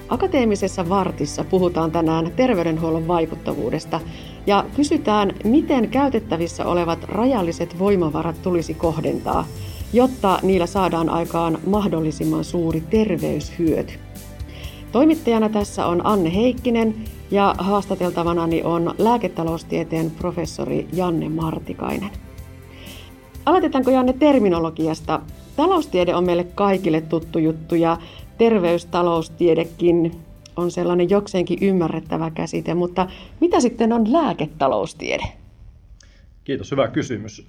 Akateemisessa vartissa puhutaan tänään terveydenhuollon vaikuttavuudesta ja kysytään, miten käytettävissä olevat rajalliset voimavarat tulisi kohdentaa, jotta niillä saadaan aikaan mahdollisimman suuri terveyshyöty. Toimittajana tässä on Anne Heikkinen ja haastateltavanani on lääketaloustieteen professori Janne Martikainen. Aloitetaanko, Janne, terminologiasta? Taloustiede on meille kaikille tuttu juttu ja terveystaloustiedekin on sellainen jokseenkin ymmärrettävä käsite, mutta mitä sitten on lääketaloustiede? Kiitos, hyvä kysymys.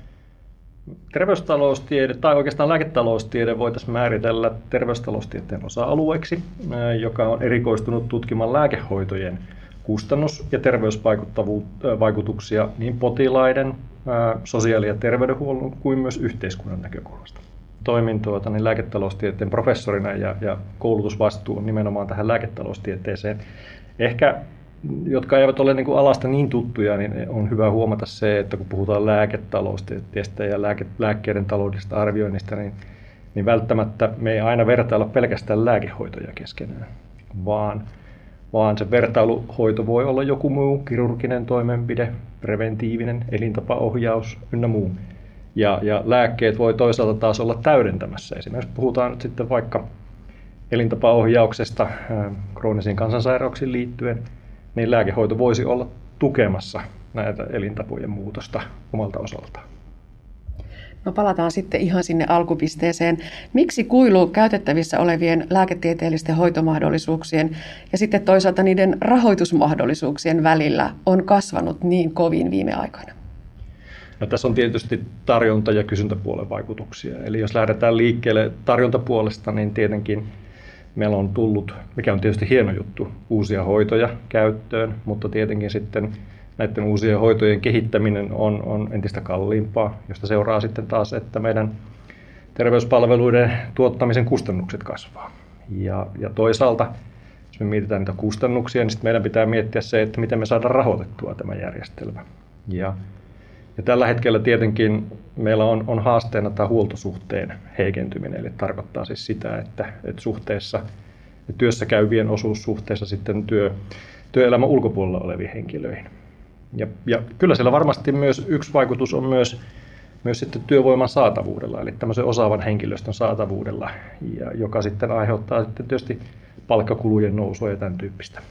Terveystaloustiede tai oikeastaan lääketaloustiede voitaisiin määritellä terveystaloustieteen osa-alueeksi, joka on erikoistunut tutkimaan lääkehoitojen kustannus- ja terveysvaikutuksia niin potilaiden, sosiaali- ja terveydenhuollon kuin myös yhteiskunnan näkökulmasta. Toimin lääketaloustieteen professorina ja koulutusvastuu on nimenomaan tähän lääketaloustieteeseen. Ehkä, jotka eivät ole alasta niin tuttuja, niin on hyvä huomata se, että kun puhutaan lääketaloustieteestä ja lääkkeiden taloudellisesta arvioinnista, niin välttämättä me ei aina vertailla pelkästään lääkehoitoja keskenään, vaan se vertailuhoito voi olla joku muu kirurginen toimenpide, preventiivinen, elintapaohjaus ynnä muu. Ja lääkkeet voi toisaalta taas olla täydentämässä. Esimerkiksi puhutaan nyt sitten vaikka elintapaohjauksesta kroonisiin kansansairauksiin liittyen, niin lääkehoito voisi olla tukemassa näitä elintapojen muutosta omalta osaltaan. No palataan sitten ihan sinne alkupisteeseen. Miksi kuilu käytettävissä olevien lääketieteellisten hoitomahdollisuuksien ja sitten toisaalta niiden rahoitusmahdollisuuksien välillä on kasvanut niin kovin viime aikoina? No, tässä on tietysti tarjonta- ja kysyntäpuolen vaikutuksia. Eli jos lähdetään liikkeelle tarjontapuolesta, niin tietenkin meillä on tullut, mikä on tietysti hieno juttu, uusia hoitoja käyttöön, mutta tietenkin sitten näiden uusien hoitojen kehittäminen on entistä kalliimpaa, josta seuraa sitten taas, että meidän terveyspalveluiden tuottamisen kustannukset kasvaa. Ja toisaalta, jos me mietitään niitä kustannuksia, niin sitten meidän pitää miettiä se, että miten me saadaan rahoitettua tämä järjestelmä. Ja tällä hetkellä tietenkin meillä on haasteena tämä huoltosuhteen heikentyminen, eli tarkoittaa siis sitä, että suhteessa työssä käyvien osuus suhteessa sitten työelämän ulkopuolella oleviin henkilöihin. Ja kyllä siellä varmasti myös yksi vaikutus on myös sitten työvoiman saatavuudella, eli tämmöisen osaavan henkilöstön saatavuudella, joka sitten aiheuttaa sitten tietysti palkkakulujen nousua ja tämän tyyppistä.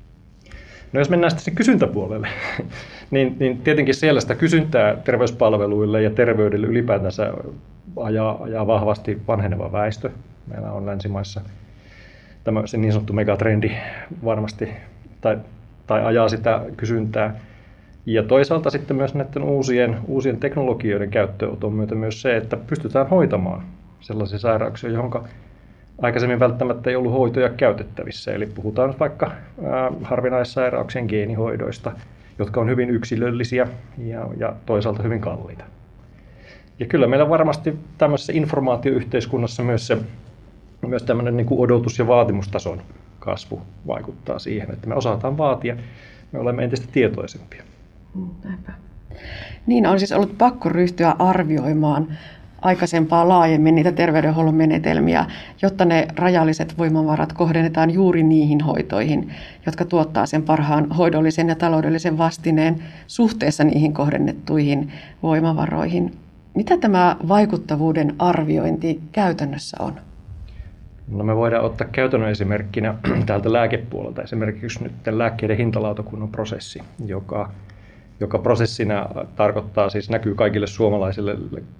No jos mennään sitten kysyntäpuolelle, niin tietenkin siellä sitä kysyntää terveyspalveluille ja terveydelle ylipäätänsä ajaa vahvasti vanheneva väestö. Meillä on länsimaissa tämä se niin sanottu megatrendi varmasti tai ajaa sitä kysyntää. Ja toisaalta sitten myös näiden uusien teknologioiden käyttöönoton myötä myös se, että pystytään hoitamaan sellaisia sairauksia, johon aikaisemmin välttämättä ei ollut hoitoja käytettävissä. Eli puhutaan nyt vaikka harvinaissairauksien geenihoidoista, jotka on hyvin yksilöllisiä ja toisaalta hyvin kalliita. Ja kyllä meillä varmasti tämmöisessä informaatioyhteiskunnassa myös tämmöinen niin kuin odotus- ja vaatimustason kasvu vaikuttaa siihen, että me osataan vaatia, me olemme entistä tietoisempia. Näinpä. Niin on siis ollut pakko ryhtyä arvioimaan aikaisempaa laajemmin niitä terveydenhuollon menetelmiä, jotta ne rajalliset voimavarat kohdennetaan juuri niihin hoitoihin, jotka tuottaa sen parhaan hoidollisen ja taloudellisen vastineen suhteessa niihin kohdennettuihin voimavaroihin. Mitä tämä vaikuttavuuden arviointi käytännössä on? No me voidaan ottaa käytännön esimerkkinä täältä lääkepuolelta esimerkiksi nyt lääkkeiden hintalautakunnan prosessi, joka prosessina tarkoittaa, siis näkyy kaikille suomalaisille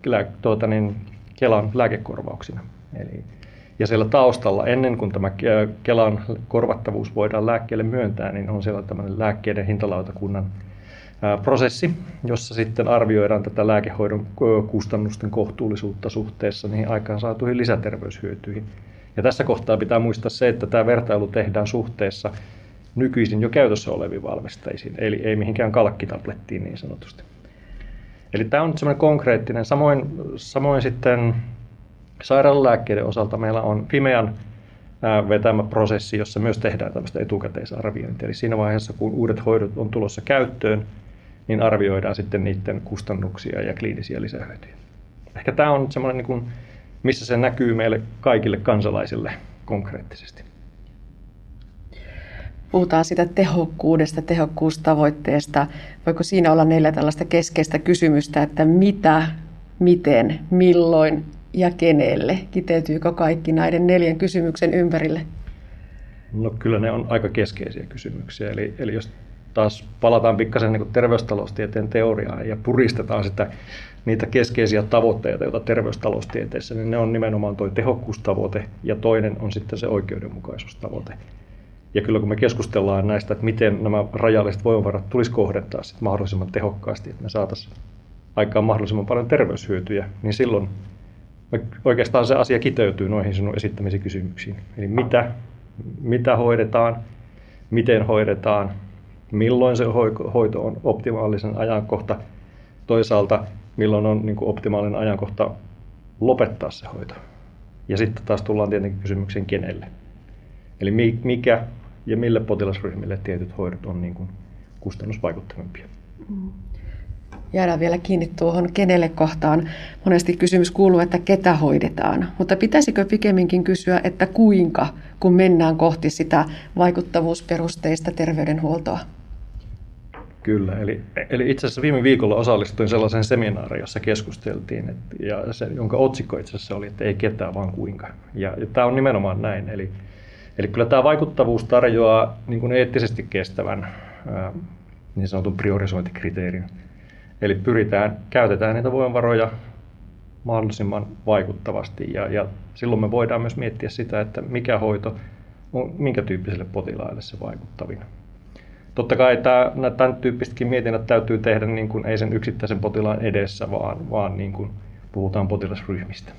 Kelan lääkekorvauksina. Ja siellä taustalla, ennen kuin tämä Kelan korvattavuus voidaan lääkkeelle myöntää, niin on siellä tämmöinen lääkkeiden hintalautakunnan prosessi, jossa sitten arvioidaan tätä lääkehoidon kustannusten kohtuullisuutta suhteessa niihin aikaan saatuihin lisäterveyshyötyihin. Ja tässä kohtaa pitää muistaa se, että tämä vertailu tehdään suhteessa nykyisin jo käytössä oleviin valmisteisiin, eli ei mihinkään kalkkitablettiin niin sanotusti. Eli tämä on semmoinen konkreettinen. Samoin sitten sairaalalääkkeiden osalta meillä on Fimean vetämä prosessi, jossa myös tehdään tämmöistä etukäteisarviointia. Eli siinä vaiheessa, kun uudet hoidot on tulossa käyttöön, niin arvioidaan sitten niiden kustannuksia ja kliinisiä lisähyötyjä. Ehkä tämä on semmoinen, missä se näkyy meille kaikille kansalaisille konkreettisesti. Puhutaan sitä tehokkuudesta, tehokkuustavoitteesta. Voiko siinä olla 4 tällaista keskeistä kysymystä, että mitä, miten, milloin ja kenelle? Kiteytyykö kaikki näiden 4 kysymyksen ympärille? No kyllä ne on aika keskeisiä kysymyksiä. Eli jos taas palataan pikkasen niin kuin terveystaloustieteen teoriaan ja puristetaan niitä keskeisiä tavoitteita, joita terveystaloustieteessä, niin ne on nimenomaan tuo tehokkuustavoite ja toinen on sitten se oikeudenmukaisuustavoite. Ja kyllä kun me keskustellaan näistä, että miten nämä rajalliset voimavarat tulisi kohdentaa sitten mahdollisimman tehokkaasti, että me saataisiin aikaan mahdollisimman paljon terveyshyötyjä, niin silloin oikeastaan se asia kiteytyy noihin sinun esittämisiin kysymyksiin. Eli mitä hoidetaan, miten hoidetaan, milloin se hoito on optimaalisen ajankohta, toisaalta milloin on niin kuin optimaalinen ajankohta lopettaa se hoito. Ja sitten taas tullaan tietenkin kysymykseen kenelle. Eli mikä ja mille potilasryhmille tietyt hoidot on niin kuin kustannusvaikuttavimpia. Jäädään vielä kiinni tuohon kenelle kohtaan. Monesti kysymys kuuluu, että ketä hoidetaan, mutta pitäisikö pikemminkin kysyä, että kuinka, kun mennään kohti sitä vaikuttavuusperusteista terveydenhuoltoa? Kyllä, eli itse asiassa viime viikolla osallistuin sellaiseen seminaariin, jossa keskusteltiin, jonka otsikko itse asiassa oli, että ei ketään, vaan kuinka. Ja tämä on nimenomaan näin. Eli kyllä tämä vaikuttavuus tarjoaa niin kuin eettisesti kestävän niin sanotun priorisointikriteerin. Eli käytetään niitä voimavaroja mahdollisimman vaikuttavasti ja silloin me voidaan myös miettiä sitä, että mikä hoito on minkä tyyppiselle potilaalle se vaikuttavin. Totta kai tämän tyyppistäkin mietinnät täytyy tehdä niin kuin ei sen yksittäisen potilaan edessä, vaan niin kuin puhutaan potilasryhmistä.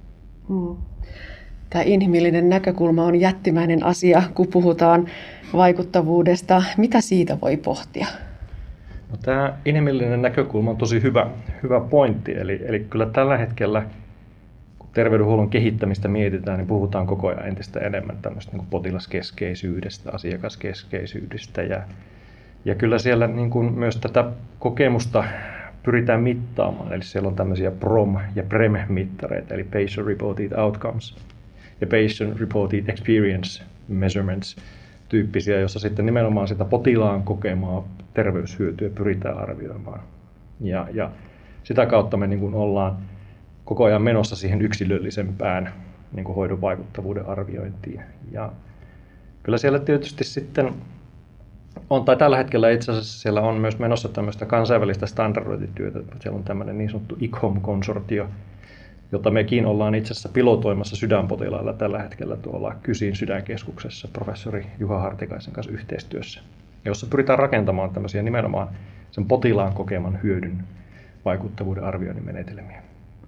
Tämä inhimillinen näkökulma on jättimäinen asia, kun puhutaan vaikuttavuudesta. Mitä siitä voi pohtia? No, tämä inhimillinen näkökulma on tosi hyvä pointti. Eli kyllä tällä hetkellä, kun terveydenhuollon kehittämistä mietitään, niin puhutaan koko ajan entistä enemmän tämmöistä niin kuin potilaskeskeisyydestä, asiakaskeskeisyydestä. Ja kyllä siellä niin kuin myös tätä kokemusta pyritään mittaamaan. Eli siellä on tämmöisiä PROM- ja PREM-mittareita, eli Patient Reported Outcomes ja Patient Reported Experience Measurements tyyppisiä, jossa sitten nimenomaan sitä potilaan kokemaa terveyshyötyä pyritään arvioimaan. Ja sitä kautta me niin kuin ollaan koko ajan menossa siihen yksilöllisempään niin kuin hoidon vaikuttavuuden arviointiin. Ja kyllä siellä tietysti sitten on, tai tällä hetkellä itse asiassa siellä on myös menossa tämmöistä kansainvälistä standardointityötä. Siellä on tämmöinen niin sanottu ICHOM-konsortio, jota mekin ollaan itse asiassa pilotoimassa sydänpotilailla tällä hetkellä tuolla KYSin sydänkeskuksessa professori Juha Hartikaisen kanssa yhteistyössä, jossa pyritään rakentamaan tämmöisiä nimenomaan sen potilaan kokeman hyödyn vaikuttavuuden arvioinnin menetelmiä.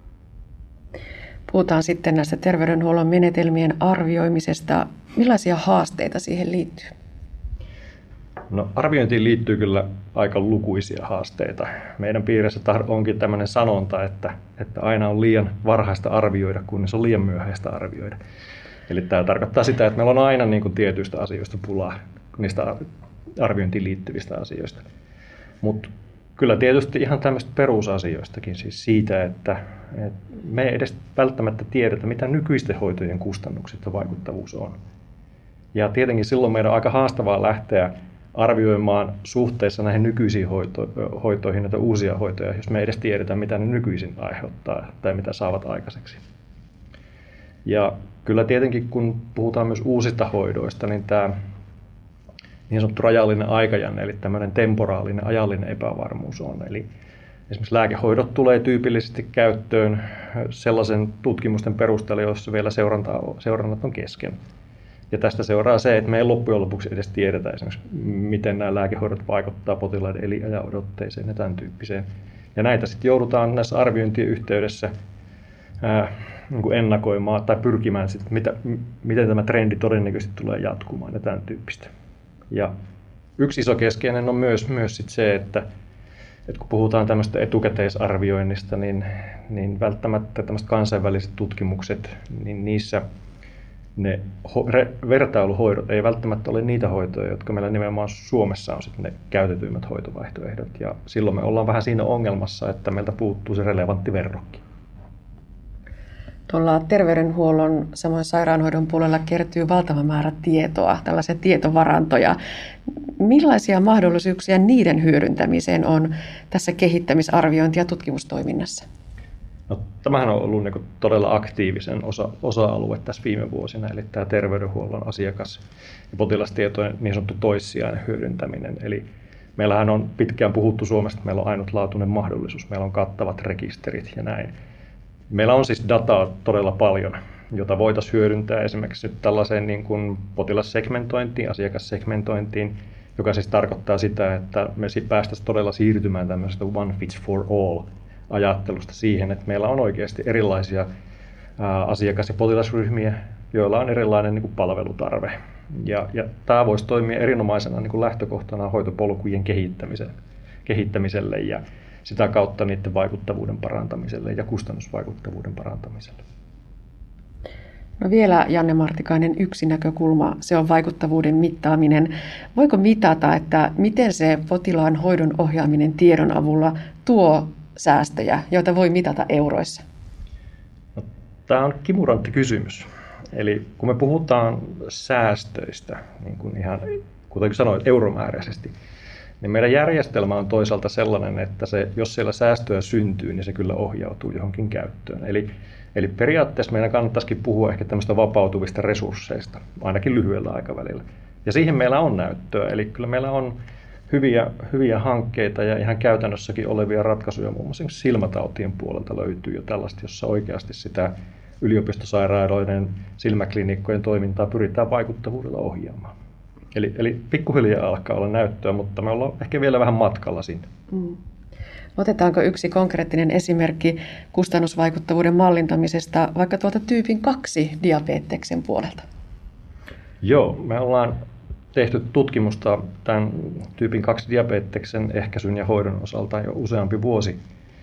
Puhutaan sitten näistä terveydenhuollon menetelmien arvioimisesta. Millaisia haasteita siihen liittyy? No, arviointiin liittyy kyllä aika lukuisia haasteita. Meidän piirissä onkin tämmöinen sanonta, että aina on liian varhaista arvioida, kunnes on liian myöhäistä arvioida. Eli tämä tarkoittaa sitä, että meillä on aina niin kuin tietyistä asioista pulaa, niistä arviointiin liittyvistä asioista. Mutta kyllä tietysti ihan tämmöistä perusasioistakin, siis siitä, että me ei edes välttämättä tiedetä, mitä nykyisten hoitojen kustannukset ja vaikuttavuus on. Ja tietenkin silloin meidän on aika haastavaa lähteä arvioimaan suhteessa näihin nykyisiin hoitoihin näitä uusia hoitoja, jos me ei edes tiedetä, mitä ne nykyisin aiheuttaa tai mitä saavat aikaiseksi. Ja kyllä tietenkin, kun puhutaan myös uusista hoidoista, niin tämä niin sanottu rajallinen aikajänne, eli tämmöinen temporaalinen ajallinen epävarmuus on. Eli esimerkiksi lääkehoidot tulee tyypillisesti käyttöön sellaisen tutkimusten perusteella, joissa vielä seurannat on kesken. Ja tästä seuraa se, että me ei loppujen lopuksi edes tiedetä esimerkiksi, miten nämä lääkehoidot vaikuttaa potilaiden elinajan odotteeseen ja tämän tyyppiseen. Ja näitä sitten joudutaan näissä arviointien yhteydessä niin kuin ennakoimaan tai pyrkimään, sit, miten tämä trendi todennäköisesti tulee jatkumaan ja tämän tyyppistä. Ja yksi iso keskeinen on myös sit se, että kun puhutaan tämmöistä etukäteisarvioinnista, niin välttämättä tämmöiset kansainväliset tutkimukset, niin niissä ne vertailuhoidot ei välttämättä ole niitä hoitoja, jotka meillä nimenomaan Suomessa on sitten ne käytetyimmät hoitovaihtoehdot. Ja silloin me ollaan vähän siinä ongelmassa, että meiltä puuttuu se relevantti verrokki. Tuolla terveydenhuollon, samoin sairaanhoidon puolella kertyy valtava määrä tietoa, tällaisia tietovarantoja. Millaisia mahdollisuuksia niiden hyödyntämiseen on tässä kehittämisarviointi- ja tutkimustoiminnassa? No, tämähän on ollut niin todella aktiivisen osa-alue tässä viime vuosina, eli tämä terveydenhuollon asiakas- ja potilastietojen niin sanottu toissijainen hyödyntäminen. Eli meillähän on pitkään puhuttu Suomesta, että meillä on ainutlaatuinen mahdollisuus, meillä on kattavat rekisterit ja näin. Meillä on siis dataa todella paljon, jota voitaisiin hyödyntää esimerkiksi nyt tällaiseen niin kuin potilassegmentointiin, asiakassegmentointiin, joka siis tarkoittaa sitä, että me päästäisiin todella siirtymään tämmöisestä one fits for all ajattelusta siihen, että meillä on oikeasti erilaisia asiakas- ja potilasryhmiä, joilla on erilainen niin kuin palvelutarve. Ja tämä voisi toimia erinomaisena niin kuin lähtökohtana hoitopolkujen kehittämiselle ja sitä kautta niiden vaikuttavuuden parantamiselle ja kustannusvaikuttavuuden parantamiselle. No vielä, Janne Martikainen, yksi näkökulma, se on vaikuttavuuden mittaaminen. Voiko mitata, että miten se potilaan hoidon ohjaaminen tiedon avulla tuo säästöjä, joita voi mitata euroissa? No, tämä on kimurantti kysymys. Eli kun me puhutaan säästöistä, niin kuin ihan kuten sanoit, euromääräisesti, niin meidän järjestelmä on toisaalta sellainen, että jos siellä säästöä syntyy, niin se kyllä ohjautuu johonkin käyttöön. Eli periaatteessa meidän kannattaisikin puhua ehkä tämmöistä vapautuvista resursseista, ainakin lyhyellä aikavälillä. Ja siihen meillä on näyttöä, eli kyllä meillä on hyviä hankkeita ja ihan käytännössäkin olevia ratkaisuja, muun muassa silmätautien puolelta löytyy jo tällaista, jossa oikeasti sitä yliopistosairaaloiden silmäklinikkojen toimintaa pyritään vaikuttavuudella ohjaamaan. Eli pikkuhiljaa alkaa olla näyttöä, mutta me ollaan ehkä vielä vähän matkalla sinne. Otetaanko yksi konkreettinen esimerkki kustannusvaikuttavuuden mallintamisesta vaikka tuolta tyypin 2 diabeteksen puolelta? Joo, me ollaan tehty tutkimusta tämän tyypin 2 diabeteksen ehkäisyn ja hoidon osalta jo useampi vuosi.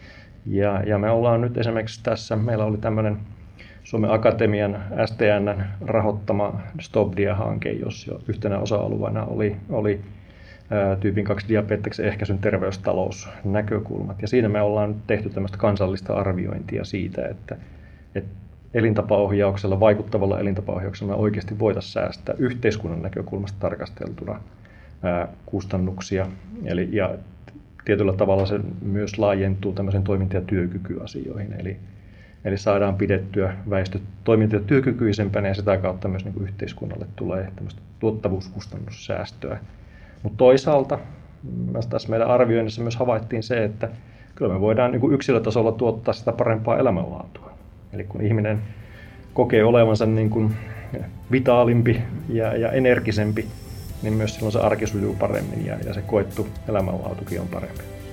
Ja me ollaan nyt esimerkiksi tässä, meillä oli tämmöinen Suomen Akatemian STN:n rahoittama StopDia-hanke, jossa yhtenä osa-alueena oli tyypin 2 diabeteksen ehkäisyn terveystalousnäkökulmat. Ja siinä me ollaan tehty tämmöistä kansallista arviointia siitä, että elintapaohjauksella, vaikuttavalla elintapaohjauksella me oikeasti voitaisiin säästää yhteiskunnan näkökulmasta tarkasteltuna kustannuksia. Ja tietyllä tavalla se myös laajentuu tämmöisen toiminta- ja työkykyasioihin. Eli saadaan pidettyä väestö toiminta- ja työkykyisempänä ja sitä kautta myös niin kuin yhteiskunnalle tulee tämmöistä tuottavuuskustannussäästöä. Mutta toisaalta tässä meidän arvioinnissa myös havaittiin se, että kyllä me voidaan niin kuin yksilötasolla tuottaa sitä parempaa elämänlaatua. Eli kun ihminen kokee olevansa niin kuin vitaalimpi ja energisempi, niin myös silloin se arki sujuu paremmin ja se koettu elämänlaatukin on parempi.